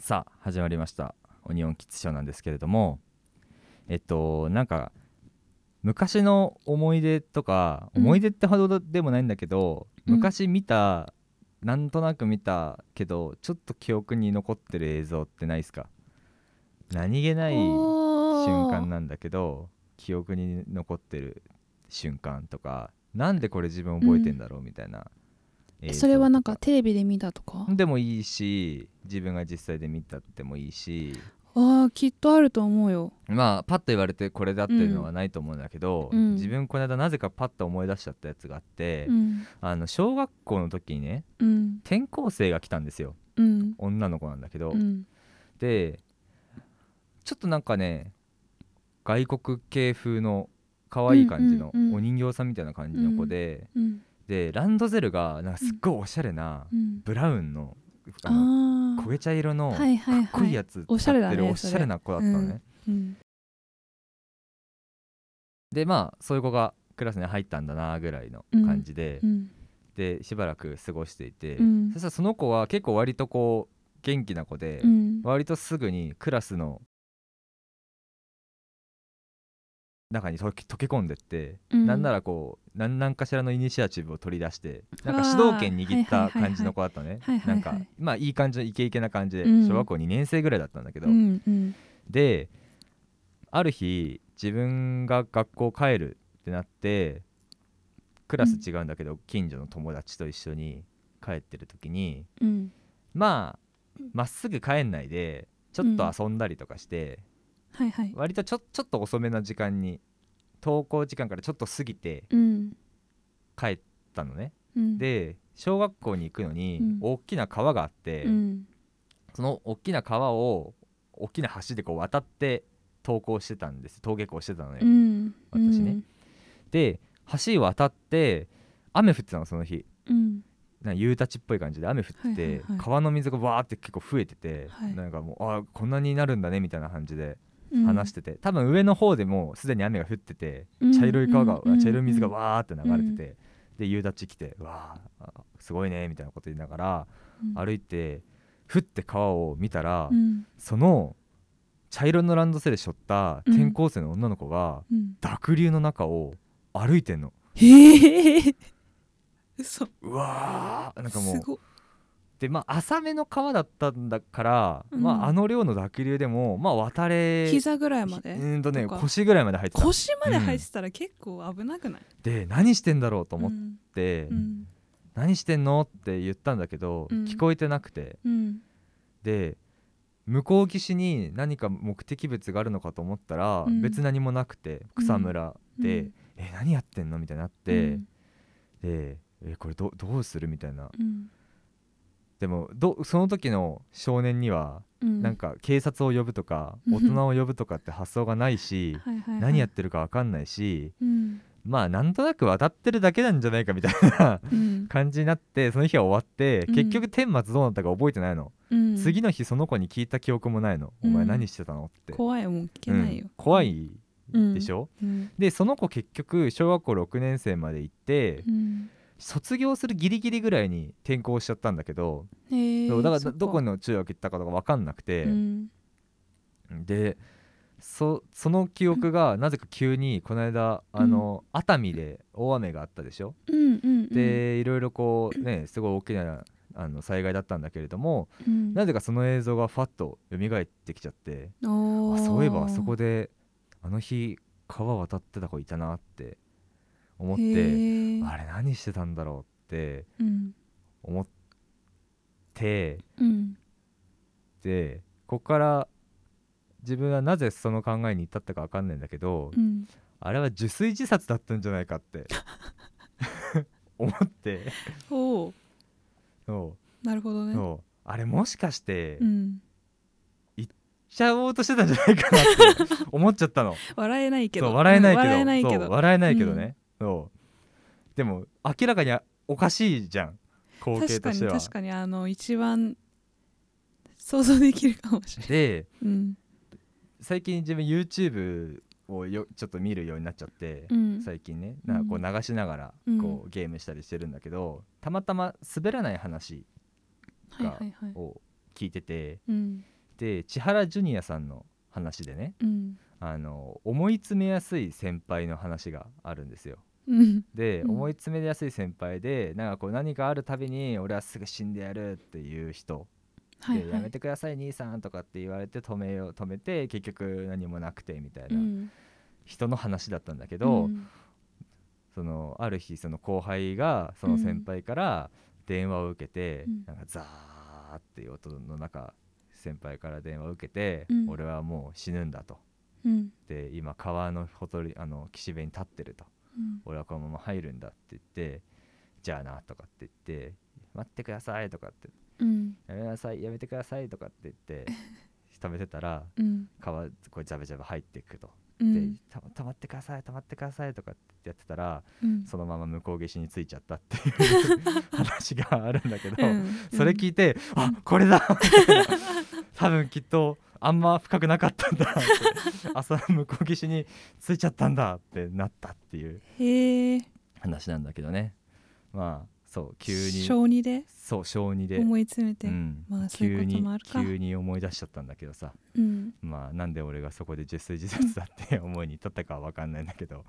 さあ始まりましたオニオンキッズショーなんですけれども、なんか昔の思い出とか、思い出ってほどでもないんだけど、昔見た、なんとなく見たけどちょっと記憶に残ってる映像ってないですか？何気ない瞬間なんだけど記憶に残ってる瞬間とか、なんでこれ自分覚えてんだろうみたいな映像とか、 それはなんかテレビで見たとかでもいいし、自分が実際で見たってもいいし、 きっとあると思うよ。 まあパッと言われてこれだっていうのはないと思うんだけど、自分この間なぜかパッと思い出しちゃったやつがあって、小学校の時にね、転校生が来たんですよ、女の子なんだけど、でちょっとなんかね、外国系風の可愛い感じのお人形さんみたいな感じの子で、でランドセルがなんかすっごいおしゃれなブラウンの焦げ茶色のかっこいいやつ使ってるおしゃれな子だったのね。でまあそういう子がクラスに入ったんだなぐらいの感じで、でしばらく過ごしていて、そしたらその子は結構割とこう元気な子で、割とすぐにクラスの中に溶け込んでって、なんならこう何かしらのイニシアチブを取り出して、なんか主導権握った感じの子だったね。なんかまあいい感じのイケイケな感じで、小学校2年生ぐらいだったんだけど、である日自分が学校帰るってなって、クラス違うんだけど、近所の友達と一緒に帰ってる時に、まっすぐ帰んないでちょっと遊んだりとかして、割とちょっと遅めの時間に、登校時間からちょっと過ぎて帰ったのね。で小学校に行くのに大きな川があって、その大きな川を大きな橋でこう渡って登下校してたのよ、私ね。で橋渡って雨降ってたの、その日。なんか夕立っぽい感じで雨降ってて、川の水がわーって結構増えてて、なんかもうこんなになるんだねみたいな感じで話してて、多分上の方でもうすでに雨が降ってて、茶色い水がわーって流れてて、で夕立来て、わーすごいねみたいなこと言いながら歩いて、降って川を見たら、その茶色のランドセル背負った転校生の女の子が濁流の中を歩いてんの。うわー、なんかもうで、浅めの川だったんだから、あの量の濁流でも渡れ、 膝ぐらいまで腰ぐらいまで入ってた。 腰まで入ってたら結構危なくない？ で何してんだろうと思って、何してんのって言ったんだけど、聞こえてなくて、で向こう岸に何か目的物があるのかと思ったら、別何もなくて草むらで、何やってんのみたいになって、でこれ どうするみたいな。でもその時の少年には、なんか警察を呼ぶとか大人を呼ぶとかって発想がないし、何やってるか分かんないし、なんとなく渡ってるだけなんじゃないかみたいな感じになって、その日は終わって、結局顛末どうなったか覚えてないの。次の日その子に聞いた記憶もないの。お前何してたのって。 怖いもん聞けないよ。 怖いでしょ。でその子結局小学校6年生まで行って、卒業するギリギリぐらいに転校しちゃったんだけど、だからどこの中学行ったかとか分かんなくて、でその記憶がなぜか急にこの間熱海で大雨があったでしょ。でいろいろこうね、すごい大きな災害だったんだけれども、なぜかその映像がファッと蘇ってきちゃって、そういえばあそこであの日川渡ってた子いたなって思って、あれ何してたんだろうって思って、でここから自分はなぜその考えに至ったか分かんないんだけど、あれは受水自殺だったんじゃないかって思ってなるほどね。 あれもしかして行っちゃおうとしてたんじゃないかなって思っちゃったの。 笑えないけど笑えないけどね。でも明らかにおかしいじゃん、光景としては。 確かに一番想像できるかもしれない。 で、最近自分 YouTube をちょっと見るようになっちゃって、最近ね、なんかこう流しながらこうゲームしたりしてるんだけど、たまたま滑らない話を聞いてて、 で千原ジュニアさんの話でね、思い詰めやすい先輩の話があるんですよ。で、思い詰めやすい先輩でなんかこう何かあるたびに俺はすぐ死んでやるっていう人で、やめてください兄さんとかって言われて止めて結局何もなくてみたいな人の話だったんだけど、そのある日その後輩がその先輩から電話を受けて、なんかザーっていう音の中先輩から電話を受けて、俺はもう死ぬんだと、で今川のほとり岸辺に立ってると、俺はこのまま入るんだって言って、じゃあなとかって言って待ってくださいとかって、やめなさいやめてくださいとかって言って止めてたら、川こうジャブジャブ入っていくと、で止まってください止まってくださいとかってやってたら、そのまま向こう岸についちゃったっていう話があるんだけど、それ聞いて、あこれだ多分きっとあんま深くなかったんだって朝向こう岸についちゃったんだってなったっていう話なんだけどね。まあそう急に小2で思い詰めて、 まあそういうこともあるか、急に思い出しちゃったんだけどさ、まあなんで俺がそこで受水自殺だって思いに至ったかは分かんないんだけど、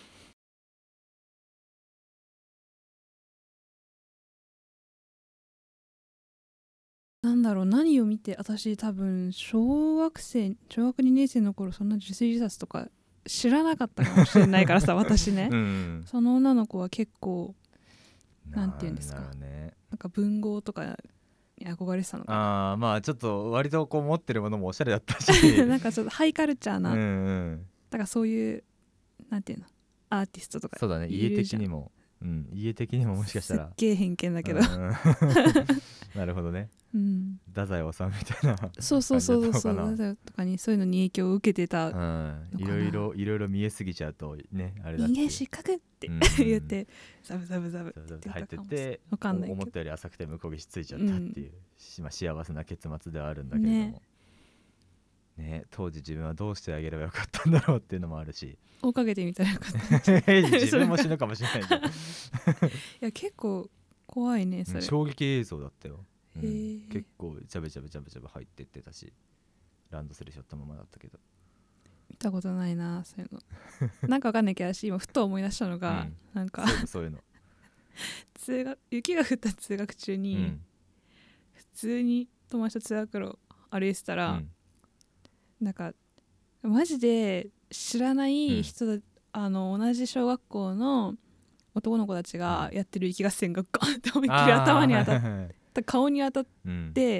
なんだろう、何を見て、私多分小学2年生の頃そんな受水自殺とか知らなかったかもしれないからさ私ね、その女の子は結構なんていうんですか、なんか文豪とかに憧れてたのかな。 まあちょっと割とこう持ってるものもおしゃれだったしなんかちょっとハイカルチャーな、だからそういうなんていうのアーティストとか、 そうだね、家的にも、家的にももしかしたらすっげえ偏見だけどなるほどね、太宰治みたいなそう太宰とかにそういうのに影響を受けてたのかな。 いろいろ見えすぎちゃうとね、あれだって人間失格って言ってザブザブって入ってって思ったより浅くて向こう岸ついちゃったっていう、幸せな結末ではあるんだけれどもね、当時自分はどうしてあげればよかったんだろうっていうのもあるし、 追っかけてみたらよかった自分も死ぬかもしれないじゃんいや結構怖いねそれ、 衝撃映像だったよ、結構ジャブジャブ入ってってたし、ランドセル背負ったままだったけど、 見たことないなそういうのなんかわかんないけど私今ふと思い出したのが、なんかそういうの雪が降った通学中に、普通に友達と通学路歩いてたら、なんかマジで知らない人、同じ小学校の男の子たちがやってる雪合戦がガンって思いっきり頭に当たった顔に当たって、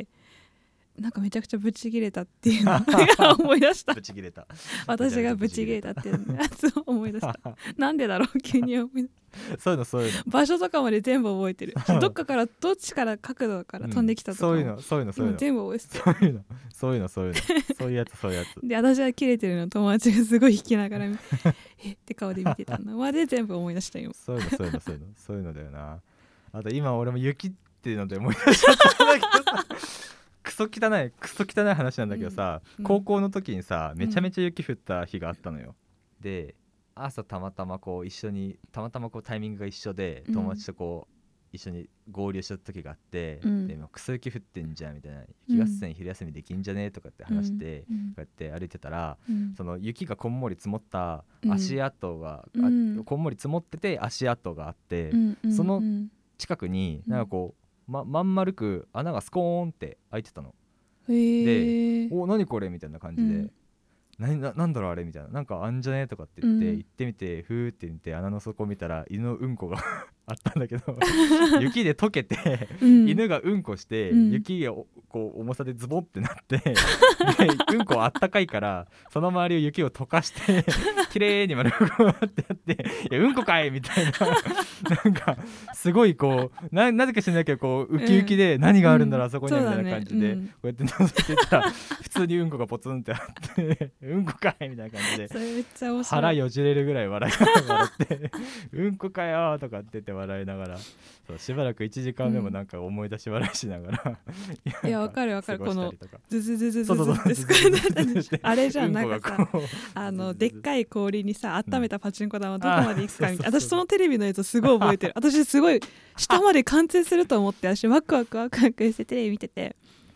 なんかめちゃくちゃブチギレたっていうのを思い出した私がブチギレたっていうやつを思い出したなんでだろう急に思い出そういうの場所とかまで全部覚えてるどっちから角度から飛んできたとか、 そういうの全部覚えてた、そういうやつで私はキレてるの友達がすごい引きながらって顔で見てたのまで全部思い出したよ。 そういうのだよな。あと今俺も雪っていうので思い出しちゃったんだけどさクソ汚い話なんだけどさ、高校の時にさめちゃめちゃ雪降った日があったのよ、で朝たまたまこう一緒にこうタイミングが一緒で友達とこう一緒に合流した時があって、でクソ雪降ってんじゃんみたいな、雪合戦昼休みできんじゃねとかって話して、こうやって歩いてたら、その雪がこんもり積もった足跡が、こんもり積もってて足跡があって、その近くになんかこうまん丸く穴がスコーンって開いてたの。で何これみたいな感じで、なんだろうあれみたいな、なんかあんじゃねとかって言って、行ってみてふーって見て穴の底見たら犬のうんこがあったんだけど雪で溶けて、犬がうんこして、雪がこう重さでズボってなってでうんこあったかいからその周りを雪を溶かして綺麗に丸くってやっていやうんこかいみたいななんかすごいこうなぜか知らないけどこうウキウキで何があるんだろう、あそこにみたいな感じで、こうやって覗いてたら普通にうんこがポツンってあってうんこかいみたいな感じで、 それめっちゃ面白い、 腹よじれるぐらい笑ってうんこかよとかって言って笑いながら、そうしばらく1時間目もなんか思い出し笑いしながら、 いやわかるこのズズズズズズってあれじゃん、なんかさでっかい氷にさ温めたパチンコ玉どこまでいくかみたいな、私そのテレビのやつすごい覚えてる私すごい下まで貫通すると思って私ワクワクしてテレビ見てて、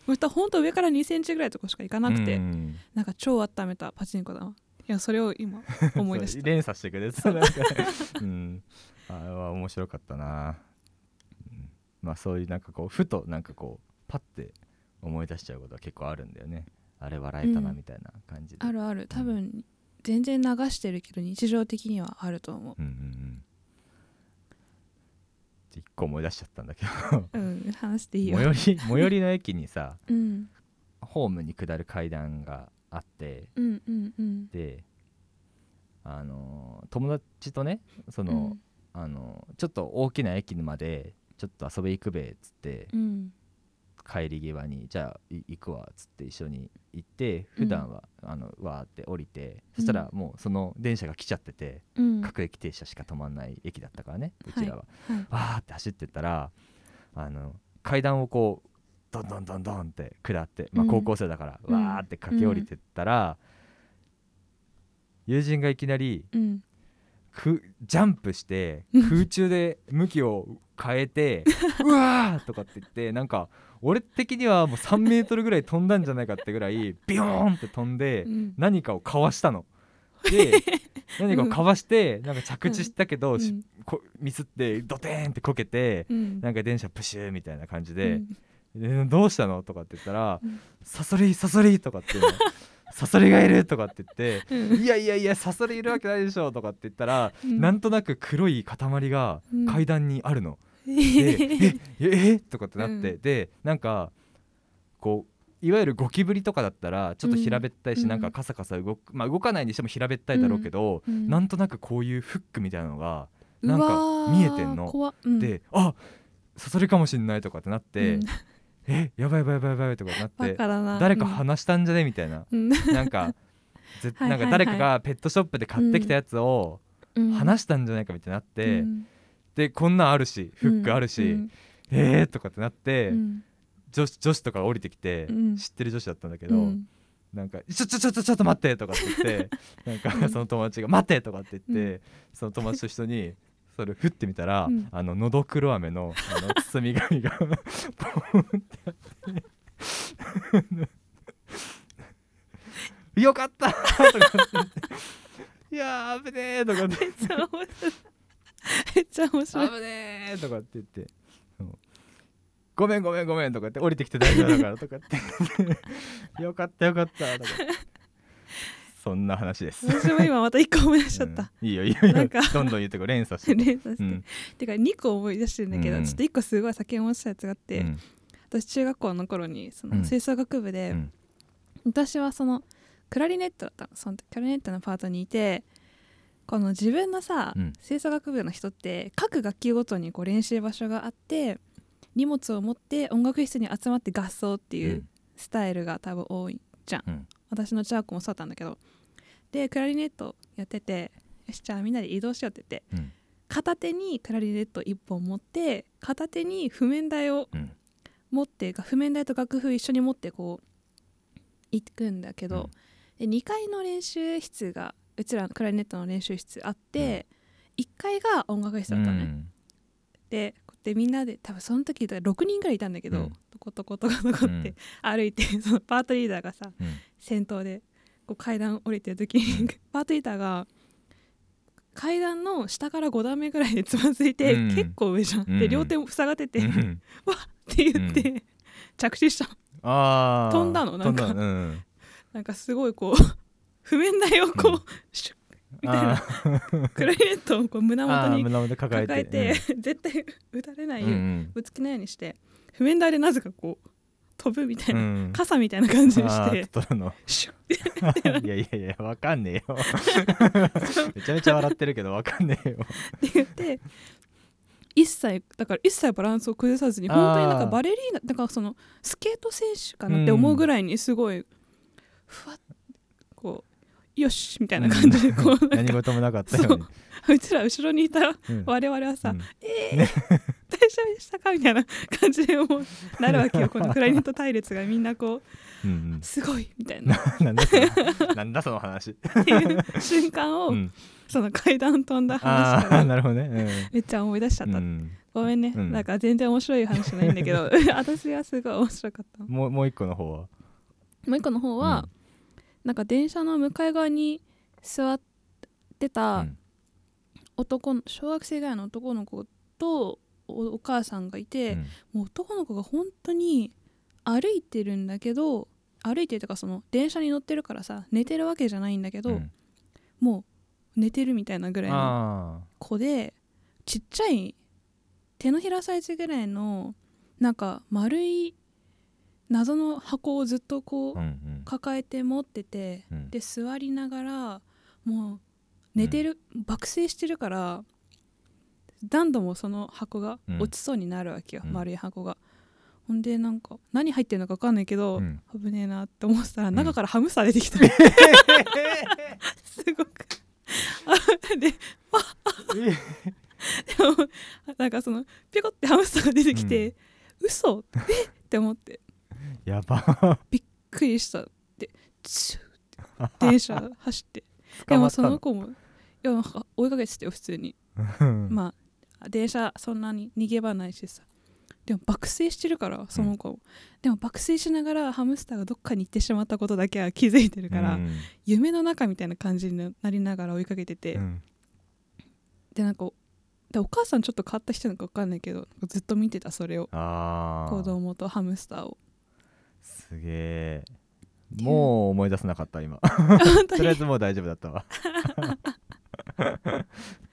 そしたらほんと上から2センチぐらいのとこしか行かなくて、なんか超温めたパチンコだわ。いやそれを今思い出した連鎖してくれてなんか、あれは面白かったな、まあそういうなんかこうふとなんかこうパッて思い出しちゃうことは結構あるんだよね。あれ笑えたなみたいな感じで、 あるある、多分、全然流してるけど日常的にはあると思う。 一個思い出しちゃったんだけど話していいよ。 最寄りの駅にさ、ホームに下る階段があって、で友達とねその、ちょっと大きな駅までちょっと遊び行くべっつって、帰り際にじゃあ行くわっつって一緒に行って、普段はわーって降りて、そしたらもうその電車が来ちゃってて、各駅停車しか止まんない駅だったからね、うちらは、わーって走ってったら階段をこうどんどんどんどんって下って、高校生だからわーって駆け下りてったら、友人がいきなり、ジャンプして空中で向きを変えてうわーとかって言って、なんか俺的にはもう3メートルぐらい飛んだんじゃないかってぐらいビヨーンって飛んで、何かをかわしたので何かをかわしてなんか着地したけど、ミスってドテーンってこけて、なんか電車プシューみたいな感じで、どうしたのとかって言ったら、サソリサソリとかってサソリがいるとかって言って、いやいやいやサソリいるわけないでしょとかって言ったら、なんとなく黒い塊が階段にあるの、でとかってなって、でなんかこういわゆるゴキブリとかだったらちょっと平べったいし、なんかカサカサ動かないにしても平べったいだろうけど、なんとなくこういうフックみたいなのがなんか見えてんの、であサソリかもしんないとかってなって、やばいやばいやばいやばいとかなって、誰か話したんじゃねみたいな、なんか誰かがペットショップで買ってきたやつを話したんじゃないかみたいになって、でこんなんあるしフックあるし、とかってなって、女子とか降りてきて、知ってる女子だったんだけど、なんかちょっと待ってとかって言ってなんかその友達が待ってとかって言って、その友達と一緒にそれ振ってみたら、のどくろ飴の包み紙がポーンってあってよかったとかって言っていやー危ねーとかってめっちゃ面白い危ねーとかって言って、ごめんとか言って降りてきて大丈夫だからとかってよかったとかそんな話です。 私も今また1個思い出しちゃった、 いいよなんかどんどん言ってこう連鎖しててか2個思い出してるんだけど、ちょっと1個すごい先思い出したやつがあって、私中学校の頃にその吹奏楽部で、私はそのクラリネットだったの。そのクラリネットのパートにいて、この自分のさ、吹奏楽部の人って各楽器ごとにこう練習場所があって、荷物を持って音楽室に集まって合奏っていうスタイルが多分多いじゃん、私の中学校もそうだったんだけど、でクラリネットやってて、よしじゃあみんなで移動しようって言って、片手にクラリネット1本持って片手に譜面台を持って、譜面台と楽譜一緒に持ってこう行くんだけど、で2階の練習室がうちらのクラリネットの練習室あって、1階が音楽室だったのね、でみんなで多分その時6人ぐらいいたんだけど、トコトコって歩いて、そのパートリーダーがさ、先頭でこう階段降りてる時にパートリーダーが階段の下から5段目ぐらいでつまずいて、結構上じゃん、で両手も塞がってて、わっって言って、着地したの。飛んだのなんかすごいこう譜面台をこう、シュッみたいなクラリネットをこう胸元に抱えて、絶対打たれないように、ぶつけないようにして譜面台でなぜかこう飛ぶみたいな、傘みたいな感じにしてシュッいやわかんねえよめちゃめちゃ笑ってるけどわかんねえよって言って、一切バランスを崩さずに、本当になんかバレリーナ、だからそのスケート選手かなって思うぐらいにすごいふわっこうよしみたいな感じでこう何事もなかったよね。 うちら後ろにいた我々はさ、大丈夫でしたかみたいな感じでもうなるわけよ。このクラリネット隊列がみんなこう、すごいみたいななんだその話っていう瞬間を、その階段飛んだ話からなるほどね、 めっちゃ思い出しちゃった、 ごめんね、なんか全然面白い話じゃないんだけど私はすごい面白かった。 もう一個の方はなんか電車の向かい側に座ってた小学生ぐらいの男の子とお母さんがいて、もう男の子が本当に歩いてるんだけど、歩いてるとかその電車に乗ってるからさ寝てるわけじゃないんだけど、もう寝てるみたいなぐらいの子で、ちっちゃい手のひらサイズぐらいのなんか丸い謎の箱をずっとこう抱えて持ってて、で座りながらもう寝てる、爆睡してるから何度もその箱が落ちそうになるわけよ、丸い箱が。ほんでなんか何入ってるのか分かんないけど、危ねえなって思ってたら、中からハムスター出てきた、すごくでもなんかそのピコってハムスターが出てきて、嘘って思って、 やばびっくりした。でチューって電車走ってでもその子もなんか追いかけてたよ普通にまあ電車そんなに逃げ場ないしさ。でも爆睡してるからその子、でも爆睡しながらハムスターがどっかに行ってしまったことだけは気づいてるから、夢の中みたいな感じになりながら追いかけてて、でなんかお母さんちょっと変わった人なのか分かんないけどずっと見てたそれを、子供とハムスターを。 すげえ。もう思い出せなかった今とりあえずもう大丈夫だったわ